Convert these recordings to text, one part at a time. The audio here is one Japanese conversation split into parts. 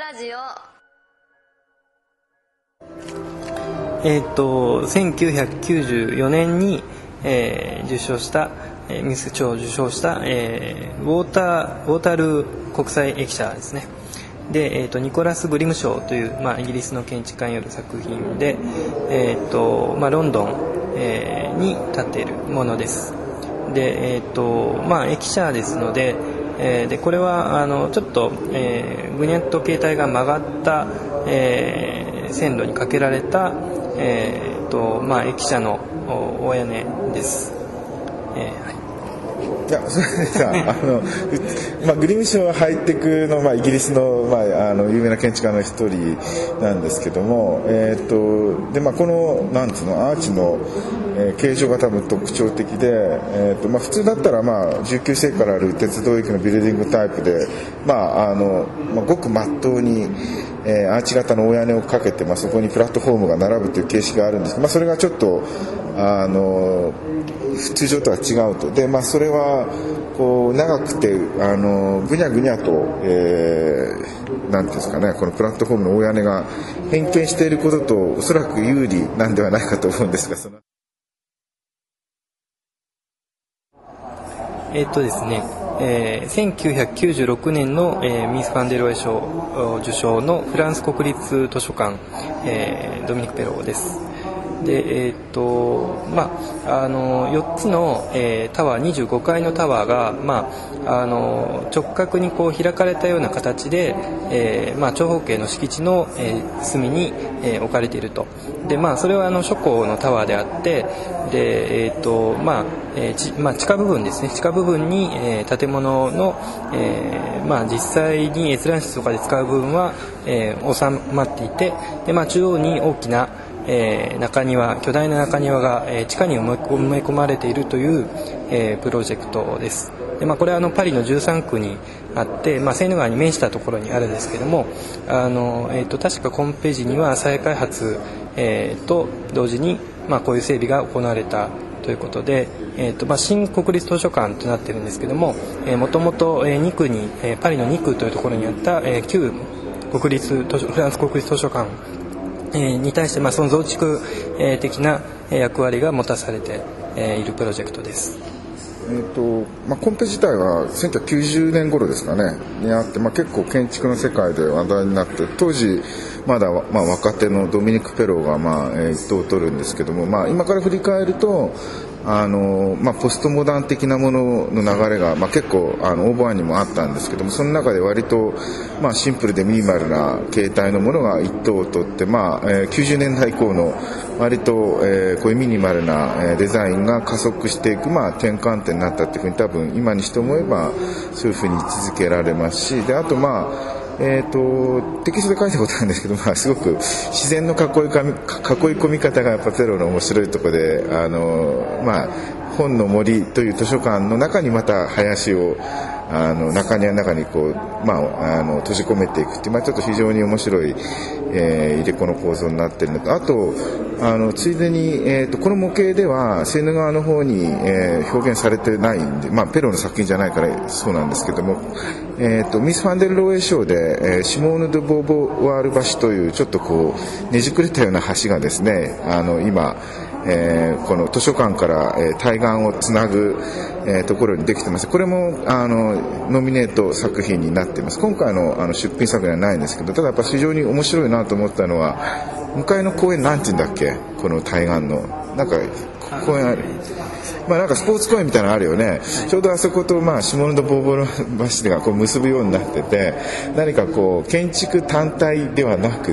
ラジオ。 1994年に、受賞したミス賞を受賞した、ウォータールー国際駅舎ですね。で、ニコラス・グリム賞という、イギリスの建築家による作品で、ロンドン、に立っているものです。で、駅舎ですので、でこれはちょっと、ぐにゃっと形態が曲がった、線路にかけられた、駅舎の大屋根です。 いやそれでさグリム賞はハイテクの、イギリスの、有名な建築家の一人なんですけども、でこのなんつうのアーチの、形状が多分特徴的で、普通だったら、19世紀からある鉄道駅のビルディングタイプで、ごく真っ当に、アーチ型の大屋根をかけて、そこにプラットフォームが並ぶという形式があるんですけど、それがちょっと通常とは違うと。で、それはこう長くてぐにゃぐにゃと、なんていうんですかね、このプラットフォームの大屋根が変形していることとおそらく有利なんではないかと思うんですが、 ですね、1996年の、ミス・ファンデロエ賞受賞のフランス国立図書館、ドミニク・ペローです。で4つの、タワー25階のタワーが、直角にこう開かれたような形で、長方形の敷地の、隅に、置かれていると。で、それは諸港のタワーであって、で、地下部分ですね、地下部分に、建物の、実際に閲覧室とかで使う部分は、収まっていて、で、中央に大きな中庭、巨大な中庭が、地下に埋め込まれているという、プロジェクトです。で、これはパリの13区にあって、セーヌ川に面したところにあるんですけども、確か今ページには再開発、と同時に、こういう整備が行われたということで、新国立図書館となっているんですけども、もともと2区に、パリの2区というところにあった、旧フランス国立図書館に対して、その増築的な役割が持たされているプロジェクトです。 コンペ自体は1990年頃ですかねにあって、結構建築の世界で話題になって、当時まだ、若手のドミニク・ペローが、一等を取るんですけども、今から振り返るとポストモダン的なものの流れが、結構オーバーにもあったんですけども、その中で割と、シンプルでミニマルな形態のものが一等を取って、90年代以降の割と、こういうミニマルなデザインが加速していく、転換点になったっていうふうに多分今にして思えばそういうふうに位置づけられますし、であとテキストで書いたことなんですけど、すごく自然の囲い込み方がやっぱペローの面白いところで、本の森という図書館の中にまた林を中庭の中にこう、閉じ込めていくっていう、ちょっと非常に面白い、入れ子の構造になっているのと、あとついでに、この模型ではセーヌ川の方に、表現されてないんで、ペローの作品じゃないからそうなんですけども、ミス・ファンデルローエ賞で、シモーヌ・ド・ボーボワール橋というちょっとこうねじくれたような橋がですね、今この図書館から、対岸をつなぐ、ところにできてます。これもノミネート作品になっています。今回の、出品作にはないんですけど、ただやっぱ非常に面白いなと思ったのは、向かいの公園なんて言うんだっけ、この対岸のなんか公園ある、なんかスポーツ公園みたいなのあるよね。ちょうどあそこと、シモーヌ・ド・ボーボー橋がこう結ぶようになってて、何かこう建築単体ではなくって、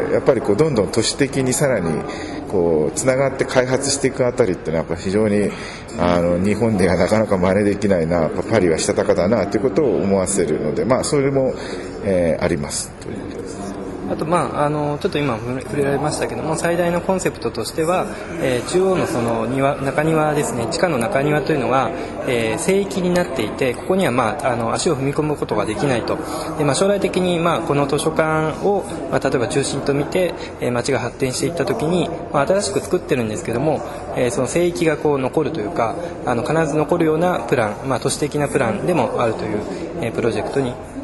やっぱりこうどんどん都市的にさらにこうつながって開発していくあたりっていうのはやっぱ非常に日本ではなかなか真似できないな、パリはしたたかだなということを思わせるので、それも、ありますということです。 あと、ちょっと今触れられましたけども、最大のコンセプトとしては、中央のその中庭ですね、地下の中庭というのが、聖域になっていて、ここには、足を踏み込むことができないと。で、将来的に、この図書館を、例えば中心と見て、街が発展していったときに、新しく作ってるんですけども、その聖域がこう残るというか、必ず残るようなプラン、都市的なプランでもあるという、プロジェクトにな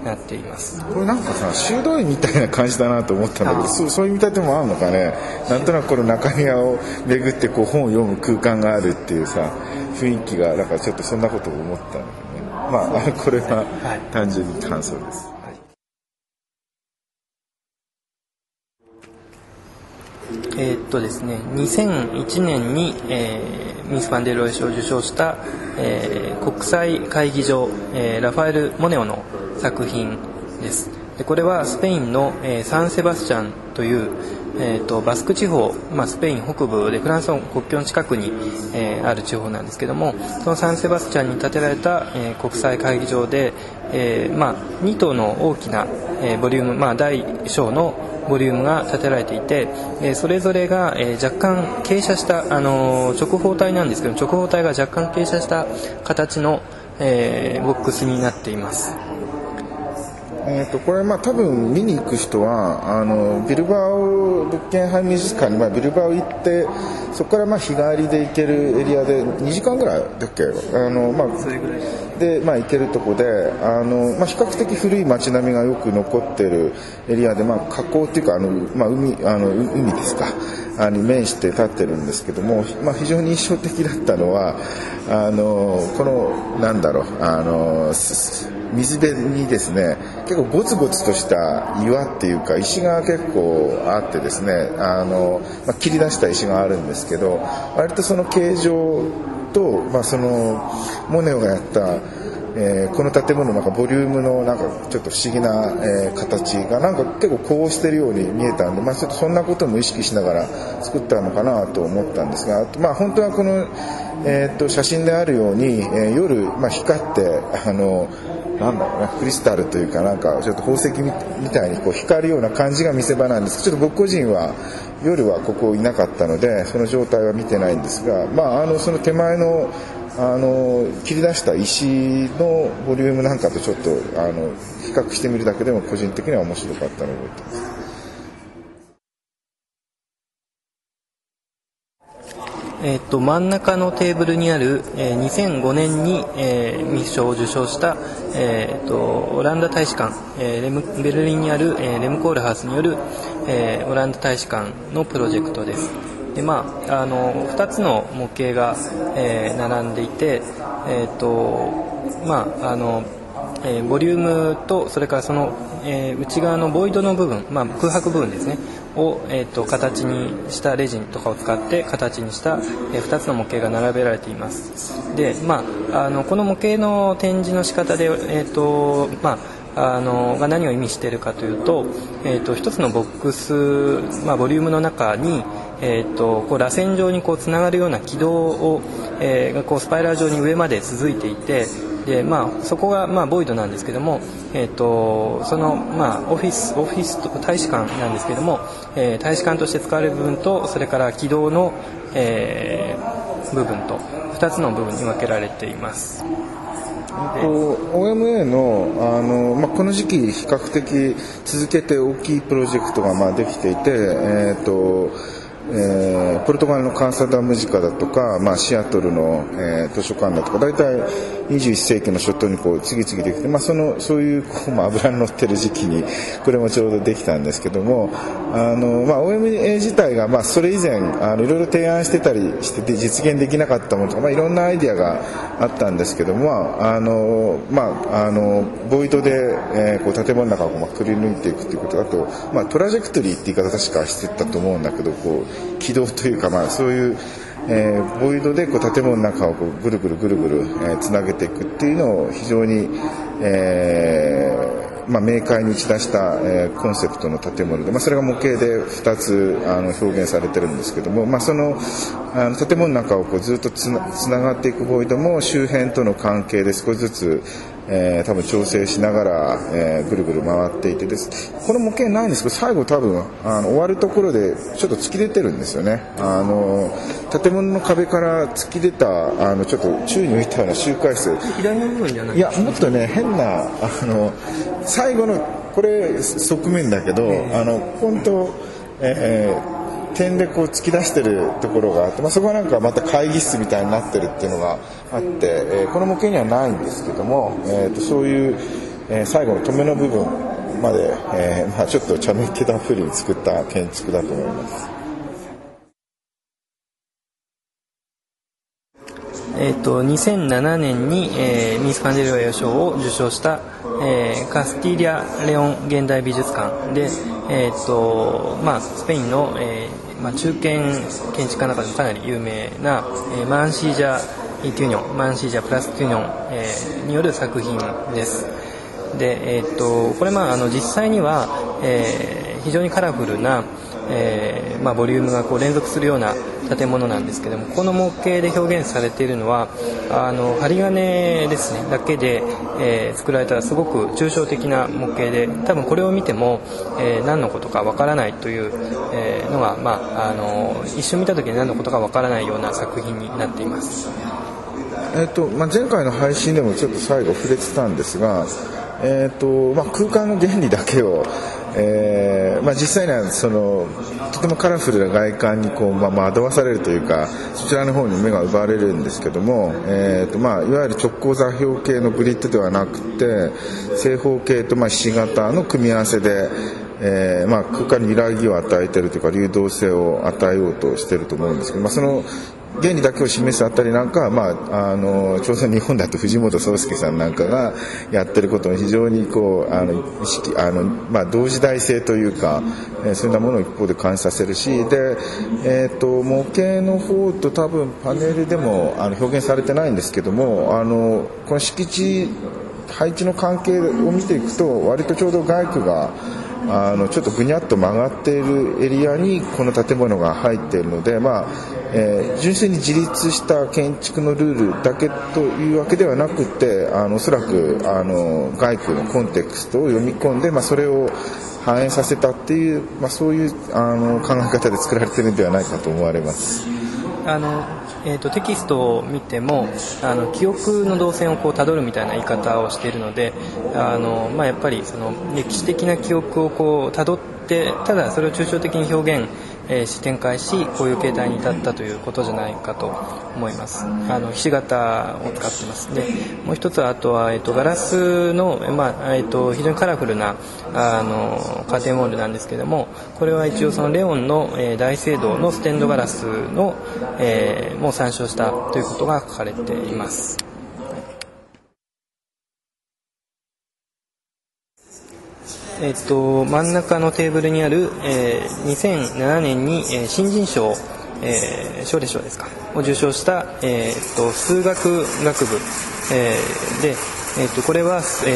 なっています。 これなんかさ、修道院みたいな感じだなと思ったんだけど、そういう見立てもあるのかね。なんとなくこの中庭を巡ってこう本を読む空間があるっていうさ、雰囲気がなんかちょっとそんなことを思ったんだけどね。まあこれは単純に感想です。 ですね、2001年に、ミス・ファンデルロイ賞を受賞した、国際会議場、ラファエル・モネオの作品です。でこれはスペインの、サンセバスチャンという、バスク地方、スペイン北部でフランスの国境の近くに、ある地方なんですけども、そのサンセバスチャンに建てられた、国際会議場で、2棟の大きな、ボリューム、大小のボリュームが建てられていて、それぞれが、若干傾斜した、直方体なんですけど、直方体が若干傾斜した形の、ボックスになっています。 これ多分見に行く人はビルバオ物件ハイ美術館にビルバオ行ってそこから日帰りで行けるエリアで2時間ぐらいだっけで行けるとこで比較的古い街並みがよく残ってるエリアで河口っていうか海ですかに面して立ってるんですけども、非常に印象的だったのはこの水辺にですね結構ゴツゴツとした岩っていうか石が結構あってですね切り出した石があるんですけど割とその形状と、そのモネオがやった、この建物のボリュームのちょっと不思議な、形が結構こうしてるように見えたんで、ちょっとそんなことも意識しながら作ったのかなと思ったんですが、本当はこの、写真であるように、夜、光ってクリスタルというかちょっと宝石みたいにこう光るような感じが見せ場なんですけど、ちょっと僕個人は夜はここいなかったのでその状態は見てないんですが、その手前の切り出した石のボリュームなんかとちょっと比較してみるだけでも個人的には面白かったのを覚えてます。 真ん中のテーブルにある、2005年に、ミッションを受賞した、オランダ大使館、ベルリンにある、レムコールハウスによる、オランダ大使館のプロジェクトです。で2つの模型が、並んでいて、ボリュームとそれからその、内側のボイドの部分、空白部分ですねを、形にしたレジンとかを使って形にした、2つの模型が並べられています。で、この模型の展示の仕方で、が何を意味しているかというと、一つのボックス、ボリュームの中に、こう螺旋状にこうつながるような軌道を、がこうスパイラル状に上まで続いていて、でそこがボイドなんですけども、そのオフィス大使館なんですけども、大使館として使われる部分とそれから軌道の、部分と2つの部分に分けられています。 OMA の、この時期比較的続けて大きいプロジェクトができていて、ポルトガルのカンサダムジカだとか、シアトルの、図書館だとか大体21世紀の初頭にこう次々できて、そういう油に乗ってる時期にこれもちょうどできたんですけども、OMA 自体がそれ以前いろいろ提案してたりしてて実現できなかったものとか、いろんなアイデアがあったんですけども、ボイドで、こう建物の中をくり抜いていくということだと、トラジェクトリーって言い方確かしてたと思うんだけど、こう軌道というか、そういう、ボイドでこう建物の中をこうぐるぐるつなげていくっていうのを非常に、明快に打ち出した、コンセプトの建物で、それが模型で2つ表現されてるんですけども、その建物の中をこうずっとつながっていくボイドも周辺との関係で少しずつ多分調整しながら、ぐるぐる回っていてです。この模型ないんですけど、最後多分終わるところでちょっと突き出てるんですよね。建物の壁から突き出たちょっと宙に浮いたような周回数、 左の部分じゃない？ いや、もっとね変な最後のこれ側面だけど、本当、点でこう突き出してるところがあって、そこはまた会議室みたいになってるっていうのがあって、この模型にはないんですけども、そういう最後の止めの部分まで、ちょっと茶の池たっぷりに作った建築だと思います。 2007年に、ミース・ファンデルワイア賞を受賞した、カスティーリャ・レオン現代美術館で、スペインの、中堅建築家の中でもかなり有名な、マンシージャ・テュニョン、マンシージャ・プラス・テュニョン、による作品です。で、これ実際には、非常にカラフルな、ボリュームがこう連続するような建物なんですけども、この模型で表現されているのは針金ですねだけで、作られたすごく抽象的な模型で、多分これを見ても、何のことかわからないというのが、一瞬見た時に何のことかわからないような作品になっています。 前回の配信でもちょっと最後触れてたんですが、空間の原理だけを、実際にはとてもカラフルな外観に惑わされるというか、そちらの方に目が奪われるんですけども、いわゆる直行座標系のグリッドではなくて正方形とひし形の組み合わせで、空間に揺らぎを与えているというか流動性を与えようとしていると思うんですけど、その原理だけを示すあたりなんかは、ちょうど日本だと藤本壮介さんなんかがやってることも非常に意識同時代性というか、そういったものを一方で感じさせるし、で、模型の方と多分パネルでも表現されてないんですけども、この敷地配置の関係を見ていくと割とちょうど外区がちょっとぐにゃっと曲がっているエリアにこの建物が入っているので、純粋に自立した建築のルールだけというわけではなくて、おそらく外区のコンテクストを読み込んで、それを反映させたっていう、そういう考え方で作られているのではないかと思われます。 テキストを見ても記憶の動線をたどるみたいな言い方をしているので、やっぱりその歴史的な記憶をたどって、ただそれを抽象的に表現し展開し、こういう形態に至ったということじゃないかと思います。ひし形を使ってます。でもう一つはガラスの、非常にカラフルなカーテンウォールなんですけども、これは一応そのレオンの、大聖堂のステンドガラスの、も参照したということが書かれています。真ん中のテーブルにある、2007年に、新人賞、奨励賞ですかを受賞した、数学学部、で、これは、ス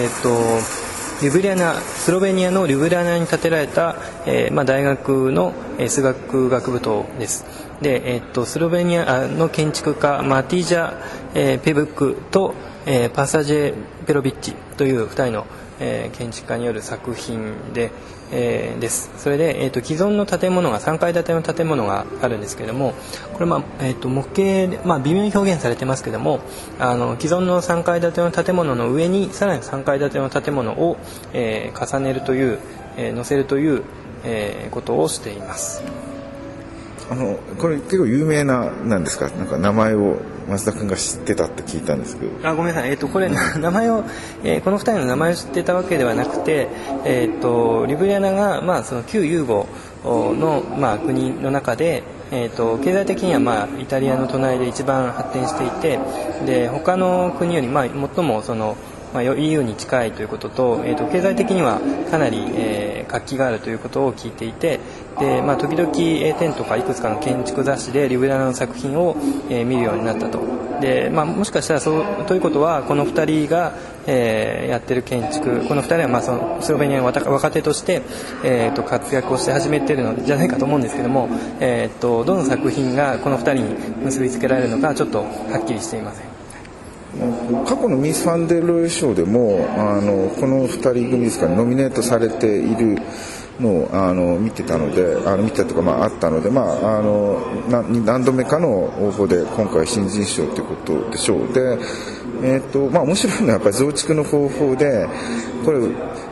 ロベニアのリュブリャナに建てられた、大学の、数学学部棟です。で、スロベニアの建築家マティジャ、ペブクと、パサジェ・ペロビッチという2人の建築家による作品で、です。それで、既存の建物が3階建ての建物があるんですけども、これ模型で、微妙に表現されてますけども、既存の3階建ての建物の上にさらに3階建ての建物を、重ねるという、乗せるという、ことをしています。 これ結構有名なんですか？なんか名前を増田君が知ってたって聞いたんですけど。 ごめんなさい。これ名前を、この2人の名前を知ってたわけではなくて、リュブリャナがその旧ユーゴの国の中で、経済的にはイタリアの隣で一番発展していて、で他の国より最もそのEU に近いということと、経済的にはかなり、活気があるということを聞いていて、で、時々展とかいくつかの建築雑誌でリュブリャナの作品を、見るようになったと。で、もしかしたらそうということはこの2人が、やってる建築、この2人はそのスロベニアの若手として、活躍をして始めているのじゃないかと思うんですけども、どの作品がこの2人に結びつけられるのかちょっとはっきりしていません。 過去のミース・ファンデルロイ賞でもこの2人組ですかね、ノミネートされているのを見てたので、見てたとかあったので、何度目かの応募で今回新人賞ということでしょう。で、面白いのはやっぱり増築の方法で、これ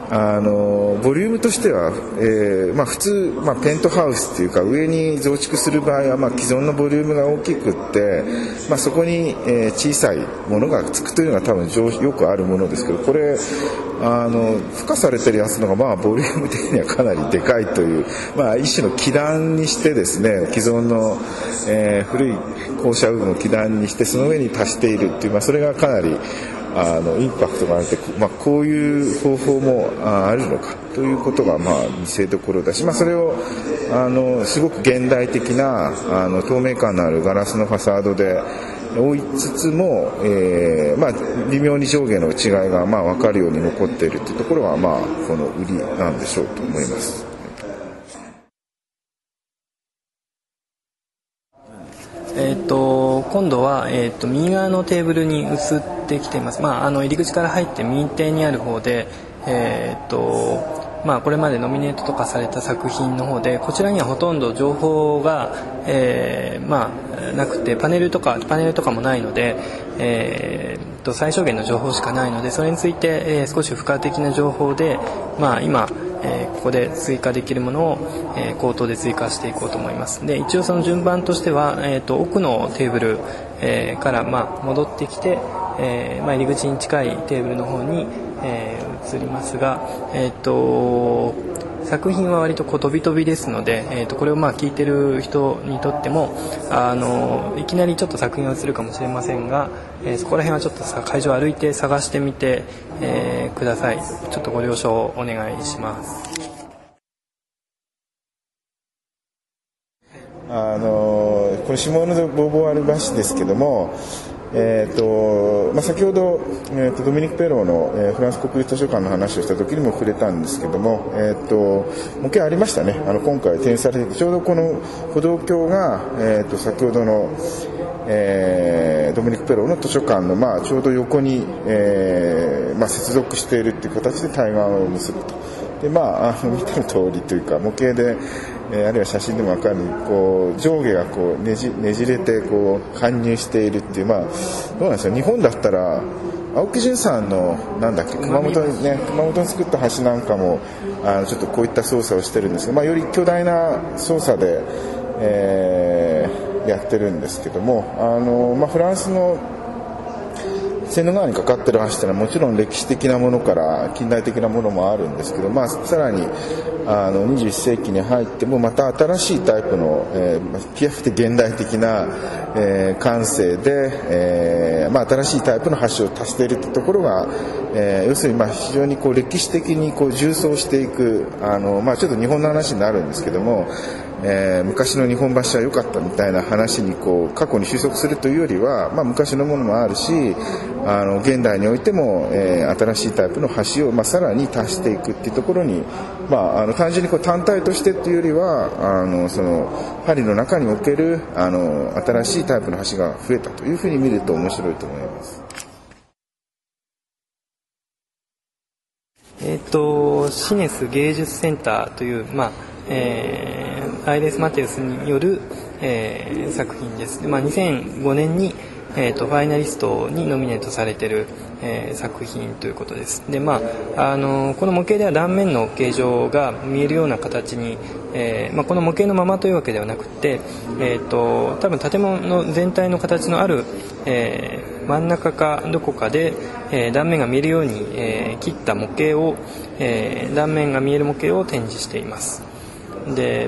ボリュームとしては、普通、ペントハウスっていうか上に増築する場合は、既存のボリュームが大きくって、そこに、小さいものがつくというのが多分よくあるものですけど、これ付加されてるやつのがボリューム的にはかなりでかいという、一種の基壇にしてですね、既存の、古い校舎部分を基壇にしてその上に足しているっていう、それがかなりインパクトがあって、こういう方法もあるのかということが見せどころだし、それをすごく現代的な透明感のあるガラスのファサードで追いつつも、微妙に上下の違いが分かるように残っているというところがこの売りなんでしょうと思います。 今度は、右側のテーブルに移ってきています。入り口から入って右手にある方で、これまでノミネートとかされた作品の方で、こちらにはほとんど情報が、なくてパネルとかもないので、最小限の情報しかないので、それについて、少し付加的な情報で、今ここで追加できるものを、口頭で追加していこうと思います。で、一応その順番としては、奥のテーブル、から戻ってきて、入り口に近いテーブルの方に、移りますが、作品は割と飛び飛びですので、これを聞いてる人にとってもいきなりちょっと作品が映るかもしれませんが、そこら辺はちょっと会場を歩いて探してみて、ください。ちょっとご了承お願いします。 これシモーヌ・ド・ボーヴォワール橋ですけども、先ほど、ドミニク・ペローの、フランス国立図書館の話をした時にも触れたんですけども、模型ありましたね。今回展示されていて、ちょうどこの歩道橋が、先ほどの、ドミニク・ペローの図書館の、ちょうど横に、接続しているという形で対岸を結ぶと。で見てる通りというか模型で、あるいは写真でも分かるように上下がねじれて貫入しているっていう、どうなんですか。日本だったら青木淳さんの熊本に作った橋なんかもちょっとこういった操作をしてるんですけど、より巨大な操作で、やってるんですけども、フランスのセーヌ川にかかってる橋というのはもちろん歴史的なものから近代的なものもあるんですけど、さらに21世紀に入ってもまた新しいタイプの、極めて現代的な、感性で、新しいタイプの橋を足しているというところが、要するに非常に歴史的に縦走していくちょっと日本の話になるんですけども、昔の日本橋は良かったみたいな話に過去に収束するというよりは、昔のものもあるし現代においても、新しいタイプの橋を、さらに足していくっていうところに、単純に単体としてというよりはそのパリの中における新しいタイプの橋が増えたというふうに見ると面白いと思います。 シネス芸術センターという、アイレス・マテウスによる、作品です。2005年に、ファイナリストにノミネートされている、作品ということです。で、この模型では断面の形状が見えるような形に、この模型のままというわけではなくて、多分建物の全体の形のある、真ん中かどこかで、断面が見えるように、切った模型を、断面が見える模型を展示しています。で、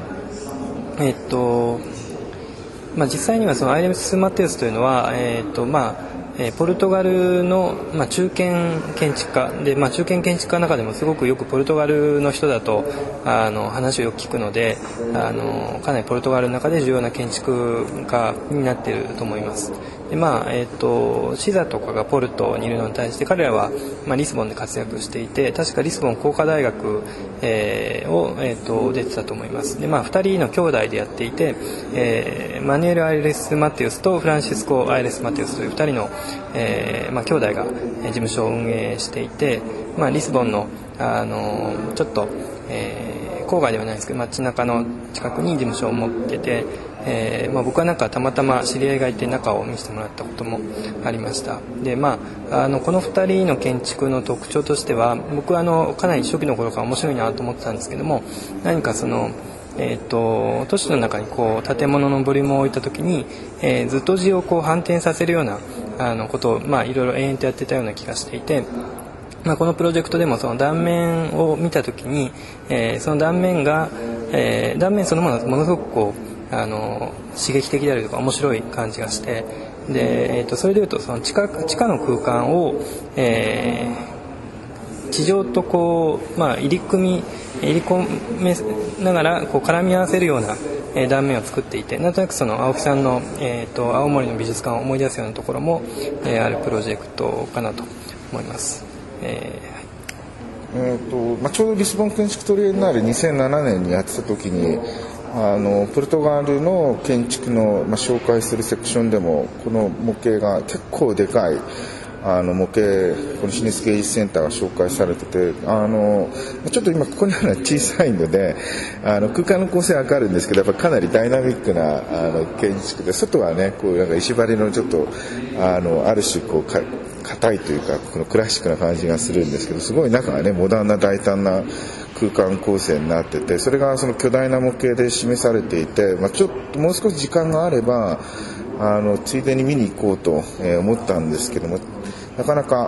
実際にはそのアイレス・マテウスというのは、ポルトガルの、中堅建築家で、中堅建築家の中でもすごくよくポルトガルの人だと話をよく聞くので、かなりポルトガルの中で重要な建築家になっていると思います。で、シザとかがポルトにいるのに対して彼らは、リスボンで活躍していて、確かリスボン工科大学、を、出てたと思います。で、2人の兄弟でやっていて、マニュエル・アイレス・マテウスとフランシスコ・アイレス・マテウスという2人の、兄弟が事務所を運営していて、リスボンの、ちょっと、郊外ではないですけど、街中の近くに事務所を持ってて、 僕はたまたま知り合いがいて中を見せてもらったこともありました。で、この2人の建築の特徴としては、僕はかなり初期の頃から面白いなと思ってたんですけども、何か都市の中に建物のボリュームを置いた時に、ずっと地を反転させるようなことを、いろいろ延々とやってたような気がしていて、このプロジェクトでもその断面を見た時に、その断面そのものがものすごく刺激的であるとか面白い感じがして、で、それでいうとその地下の空間を、地上と入り込めながら絡み合わせるような断面を作っていて、なんとなくその青木さんの、青森の美術館を思い出すようなところも、あるプロジェクトかなと思います。 ちょうどリスボン建築トリエンナーレ2007年にやってた時にポルトガルの建築の、紹介するセクションでもこの模型が結構でかい模型、このシネス芸術センターが紹介されてて、ちょっと今ここにあるのは小さいので空間の構成は明るいんですけど、やっぱかなりダイナミックな建築で、外はね石張りのちょっとある種硬いというかこのクラシックな感じがするんですけど、すごい中がねモダンな大胆な空間構成になってて、それがその巨大な模型で示されていて、ちょっともう少し時間があればついでに見に行こうと思ったんですけども、なかなか、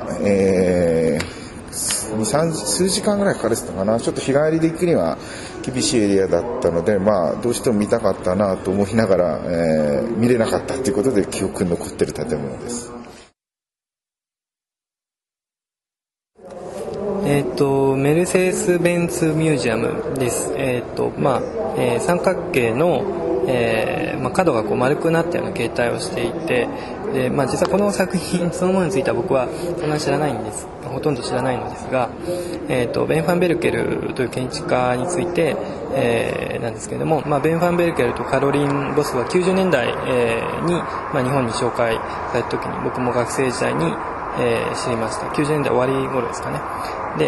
数時間ぐらいかかれてたかな。ちょっと日帰りで行くには厳しいエリアだったので、どうしても見たかったなと思いながら、見れなかったということで記憶に残っている建物です。 メルセデス・ベンツミュージアムです。三角形の、角が丸くなったような形態をしていて、で、実はこの作品そのものについては僕はそんなにほとんど知らないのですが、ベン・ファンベルケルという建築家について、なんですけれども、ベン・ファンベルケルとカロリン・ボスは90年代、に、日本に紹介された時に僕も学生時代に知りました。90年代終わり頃ですかね。で、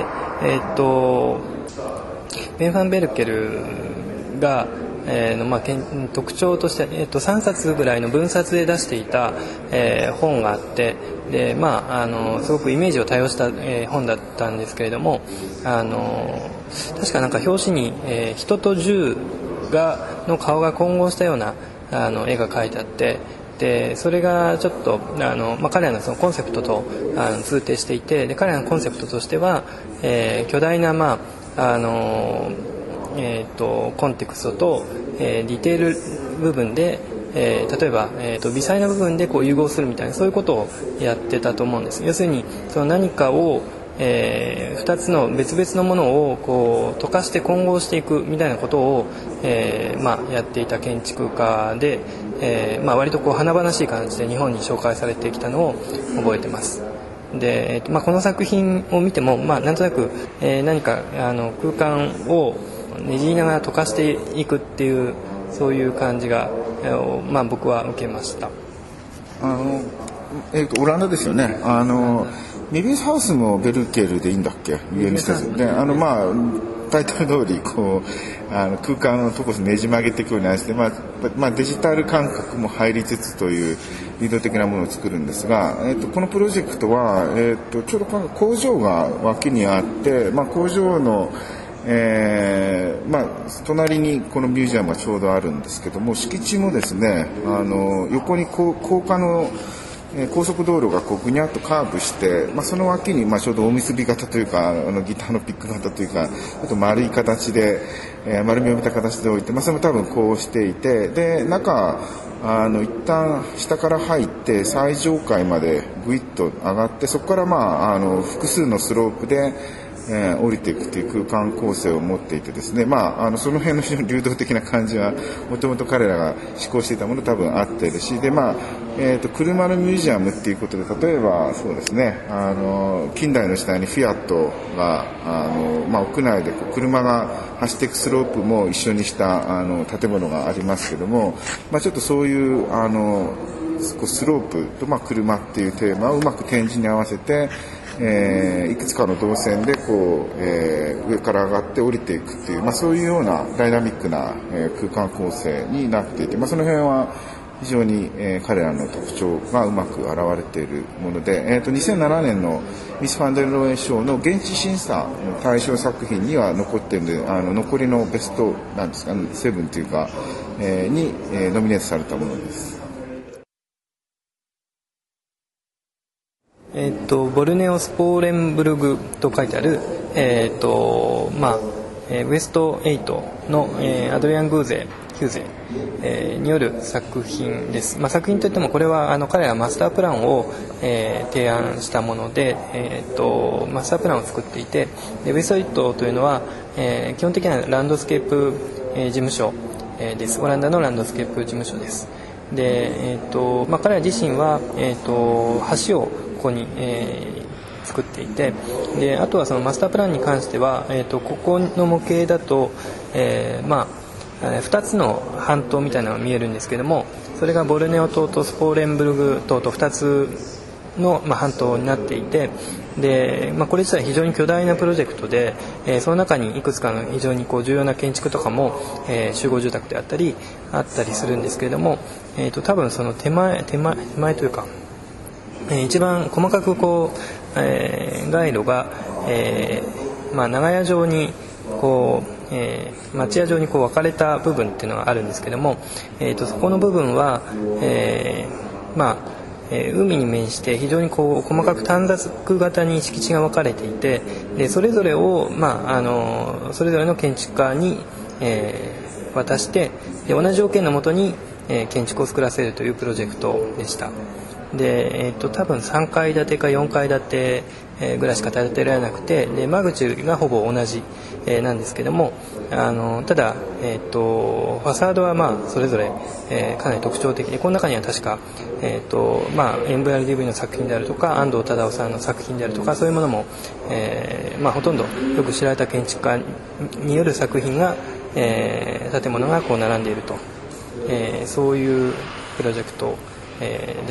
ベン・ファンベルケルが、特徴として、3冊ぐらいの分冊で出していた、本があって、で、すごくイメージを多用した、本だったんですけれども、確か表紙に、人と銃の顔が混合したような絵が描いてあって、でそれがちょっと彼らのそのコンセプトと通底していて、で彼らのコンセプトとしては、巨大な、コンテクストと、ディテール部分で、例えば、微細な部分で融合するみたいな、そういうことをやってたと思うんです。要するにその何かを2つの別々のものを溶かして混合していくみたいなことを、やっていた建築家で、割と華々しい感じで日本に紹介されてきたのを覚えてます。で、この作品を見ても、なんとなく、何か空間をねじりながら溶かしていくっていうそういう感じが、僕は受けました。 オランダですよね。メビウスハウスもベルケルでいいんだっけ、上にしたやつで、タイトル通り空間をトコスねじ曲げていくようなやつで、デジタル感覚も入りつつというリード的なものを作るんですが、このプロジェクトは、ちょうど工場が脇にあって、工場の隣にこのミュージアムがちょうどあるんですけども、敷地もですね、横に高架の高速道路がぐにゃっとカーブして、その脇にちょうどおむすび型というかギターのピック型というかちょっと丸い形で、丸みを帯びた形で置いて、それも多分こうしていて、で中一旦下から入って最上階までぐいっと上がって、そこから複数のスロープで降りていくという空間構成を持っていてですね、その辺の非常に流動的な感じはもともと彼らが思考していたもの多分あってるし、で車のミュージアムっていうことで、例えばそうですね、近代の時代にフィアットが屋内で車が走っていくスロープも一緒にした建物がありますけども、ちょっとそういうスロープと車っていうテーマをうまく展示に合わせていくつかの動線でこう、上から上がって降りていくっていう、そういうようなダイナミックな、空間構成になっていて、その辺は非常に、彼らの特徴がうまく現れているもので、2007年のミス・ファンデルローエン賞の現地審査の対象作品には残っているので、残りのベストなんですかね、7というか、に、ノミネートされたものです。 ボルネオスポーレンブルグと書いてある、ウエスト8の、アドリアン・ヒューゼ、による作品です。作品といってもこれは彼らマスタープランを、提案したもので、マスタープランを作っていて、でウエスト8というのは、基本的にはランドスケープ、事務所、です。オランダのランドスケープ事務所です。で、彼ら自身は、橋をここに、作っていて、であとはそのマスタープランに関しては、ここの模型だと、2つの半島みたいなのが見えるんですけども、それがボルネオ島とスポーレンブルグ島と2つの、半島になっていて、で、これ自体非常に巨大なプロジェクトで、その中にいくつかの非常にこう重要な建築とかも、集合住宅であったりするんですけれども、多分その手前というか、一番細かくこう、街路が、長屋状にこう、町屋状にこう分かれた部分っていうのがあるんですけども、そこの部分は、海に面して非常にこう細かく短冊型に敷地が分かれていて、でそれぞれを、それぞれの建築家に、渡して、で同じ条件のもとに、建築を作らせるというプロジェクトでした。で、多分3階建てか4階建てぐらいしか建てられなくて、で間口がほぼ同じ、なんですけども、ただ、ファサードはそれぞれ、かなり特徴的で、この中には確か、MVRDV の作品であるとか安藤忠雄さんの作品であるとか、そういうものも、ほとんどよく知られた建築家による作品が、建物がこう並んでいると、そういうプロジェクト、です。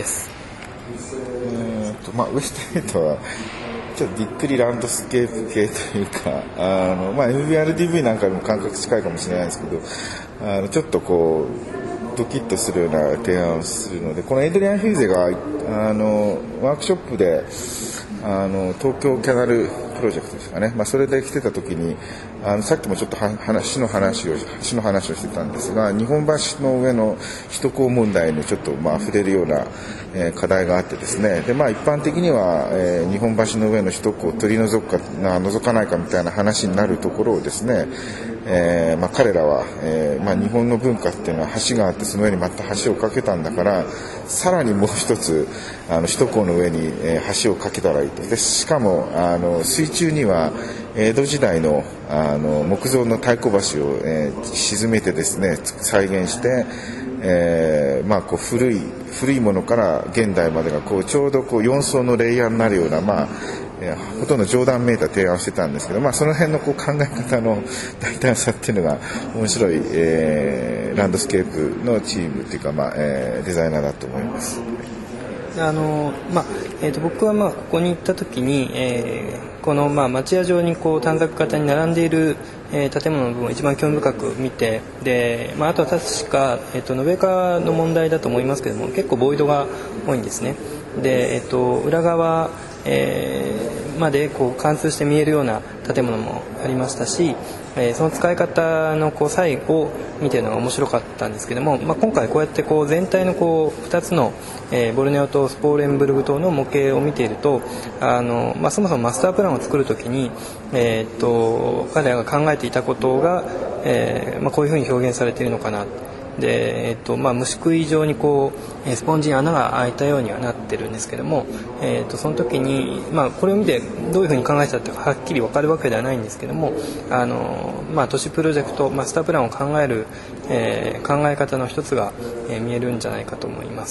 ウエスト8はちょっとびっくりランドスケープ系というか、MVRDV なんかでも感覚近いかもしれないですけど、ちょっとこうドキッとするような提案をするので、このエイドリアン・ヒューゼがワークショップで東京キャナルプロジェクトですかね、それで来てた時にさっきもちょっと市の話をしてたんですが、日本橋の上の首都高問題にちょっと触れるような、課題があってですね、で一般的には、日本橋の上の首都高を取り除くか除かないかみたいな話になるところをですね、彼らは、日本の文化っていうのは橋があって、その上にまた橋を架けたんだから、さらにもう一つ首都高の上に、橋を架けたらいいと。でしかも水中には江戸時代の木造の太鼓橋を、沈めてですね再現して、こう古いものから現代までがこうちょうどこう4層のレイヤーになるような、ほとんど冗談めいた提案をしてたんですけど、その辺のこう考え方の大胆さっていうのが面白い、ランドスケープのチームっていうか、デザイナーだと思います。 僕はここに行った時に、この町屋上にこう短冊型に並んでいる、建物の部分を一番興味深く見て、で、あとは確か、延べ化の問題だと思いますけども、結構ボイドが多いんですね。で、裏側、までこう貫通して見えるような建物もありましたし、その使い方のこう差異を見ているのが面白かったんですけども、今回こうやってこう全体のこう2つの、ボルネオ島スポーレンブルグ島の模型を見ていると、そもそもマスタープランを作るときに、彼らが考えていたことが、こういうふうに表現されているのかな。で、虫食い状にこうスポンジに穴が開いたようにはなってるんですけども、その時に、これを見てどういうふうに考えてたってはっきり分かるわけではないんですけども、都市プロジェクトマスタープランを考える、考え方の一つが、見えるんじゃないかと思います。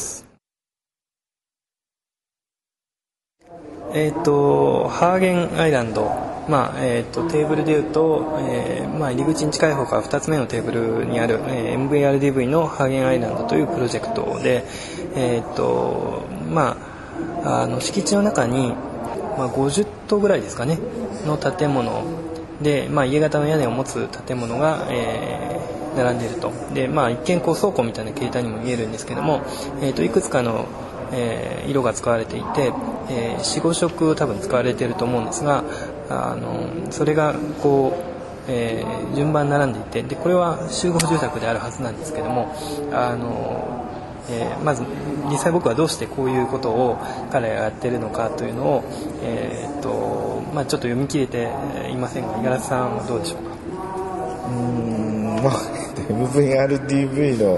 ハーゲンアイランド、テーブルでいうと、入り口に近い方から2つ目のテーブルにある、MVRDV のハーゲンアイランドというプロジェクトで、敷地の中に、 50棟ぐらいですかねの建物で、家型の屋根を持つ建物が、並んでいると。で、一見倉庫みたいな形態にも見えるんですけども、いくつかの、色が使われていて、4、5色多分使われていると思うんですが、それがこう、順番に並んでいて、でこれは集合住宅であるはずなんですけども、まず実際僕はどうしてこういうことを彼らがやっているのかというのを、ちょっと読み切れていませんが、五十嵐さんはどうでしょうか。 MVRDV の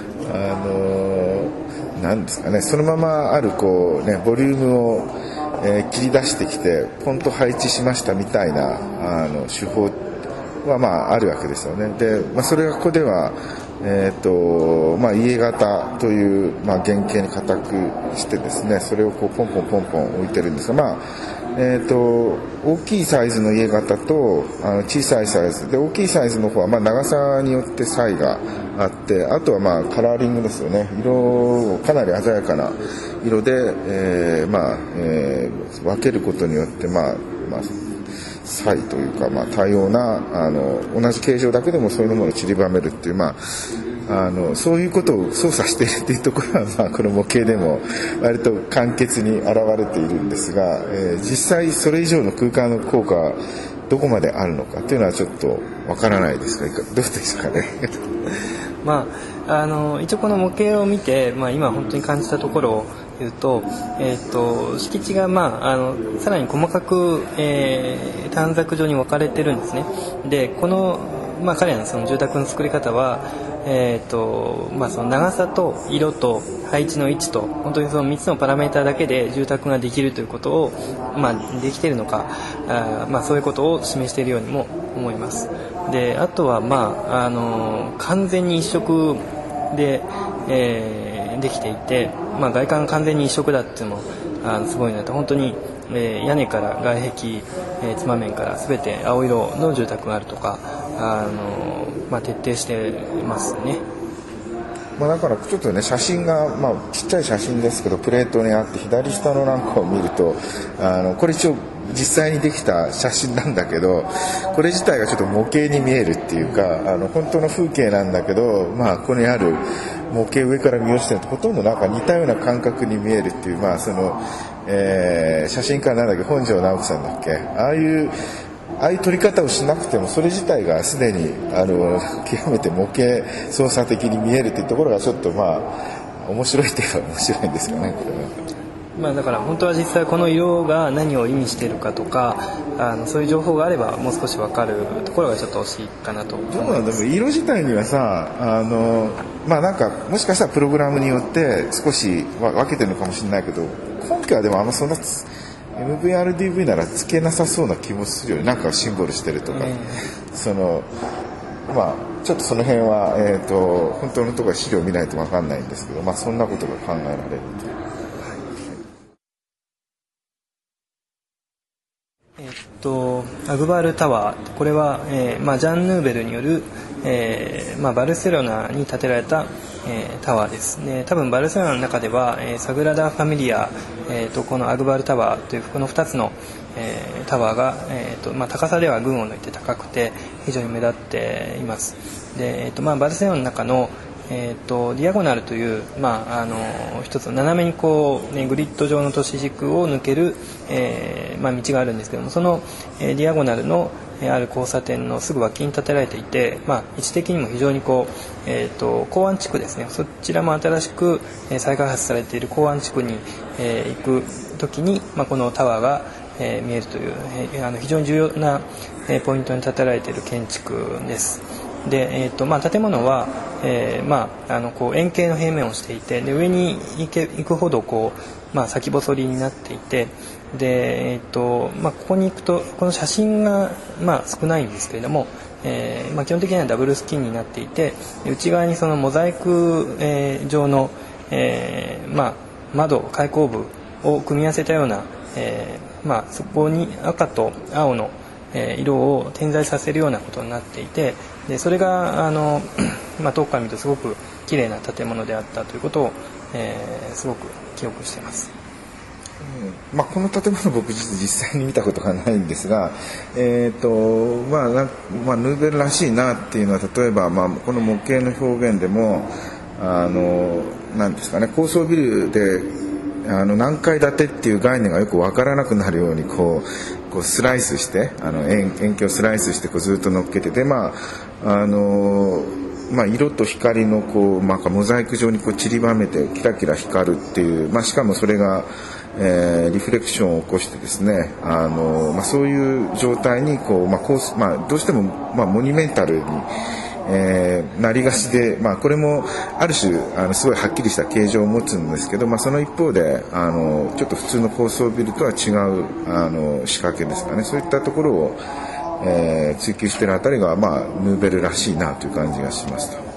なんですかね、そのままあるこう、ね、ボリュームを、切り出してきてポンと配置しましたみたいな手法はあるわけですよね。で、それがここでは家型という、原型に固くしてですね、それをこうポンポン置いてるんですが、大きいサイズの家型と小さいサイズで、大きいサイズの方は長さによって差異があって、あとはカラーリングですよね。色をかなり鮮やかな色で、分けることによって差異というか、多様な同じ形状だけでもそういうものを散りばめるっていう、そういうことを操作しているというところは、この模型でも割と簡潔に現れているんですが、実際それ以上の空間の効果はどこまであるのかというのはちょっとわからないですが、どうですかね。 一応この模型を見て、今本当に感じたところを言うと、敷地が、さらに細かく、短冊状に分かれてるんですね。でこの、彼らのその住宅の作り方は、その長さと色と配置の位置と本当にその3つのパラメータだけで住宅ができるということを、できているのか、そういうことを示しているようにも思います。であとは、完全に一色で、できていて、外観が完全に一色だっていうのもすごいなと。本当に、屋根から外壁、妻面から全て青色の住宅があるとか、徹底してますね。 だからちょっとね、写真が、ちっちゃい写真ですけどプレートにあって、左下のなんかを見るとこれ一応実際にできた写真なんだけど、これ自体がちょっと模型に見えるっていうか、本当の風景なんだけど、ここにある模型上から見下ろしてるとほとんどなんか似たような感覚に見えるっていう、その、写真家なんだっけ、本庄直樹さんだっけ、ああいう撮り方をしなくてもそれ自体がすでに極めて模型操作的に見えるというところがちょっと面白いといえば面白いんですよね。 だから本当は実際この色が何を意味しているかとか、そういう情報があればもう少し分かるところがちょっと惜しいかなと思います。 どうなんだろう、色自体にはさ、なんかもしかしたらプログラムによって少し分けてるのかもしれないけど、今期はでもあんまそんなMVRDV ならつけなさそうな気もするよね。なんかシンボルしてるとか、ちょっとその辺は、本当のところは資料見ないと分かんないんですけど、そんなことが考えられる。 アグバールタワー、これは、ジャン・ヌーベルによる、バルセロナに建てられた、タワーです。で多分バルセロナの中では、サグラダ・ファミリア、とこのアグバールタワーというこの2つの、タワーが、高さでは群を抜いて高くて非常に目立っています。で、バルセロナの中のディアゴナルという、一つ斜めにこう、グリッド状の都市軸を抜ける、道があるんですけども、その、ディアゴナルのある交差点のすぐ脇に建てられていて、位置的にも非常にこう、港湾地区ですね、そちらも新しく再開発されている港湾地区に行く時に、このタワーが見えるという非常に重要なポイントに建てられている建築です。で建物は、こう円形の平面をしていて、で上に行くほどこう、先細りになっていて、で、ここに行くとこの写真が、少ないんですけれども、基本的にはダブルスキンになっていて、内側にそのモザイク、状の、窓開口部を組み合わせたような、そこに赤と青の色を点在させるようなことになっていて、でそれが遠くから見るとすごく綺麗な建物であったということを、すごく記憶しています。 この建物僕実際に見たことがないんですが、ヌーベルらしいなっていうのは、例えば、この模型の表現でもなんですかね、高層ビルで何階建てっていう概念がよく分からなくなるようにこうスライスして円形をスライスしてずっと乗っけてで色と光のモザイク状に散りばめてキラキラ光るっていう、しかもそれがリフレクションを起こしてですね、そういう状態にどうしても、モニュメンタルに、なりがちで、これもある種すごいはっきりした形状を持つんですけど、その一方でちょっと普通の高層ビルとは違う仕掛けですかね、そういったところを、追求しているあたりが、ヌーベルらしいなという感じがしますと。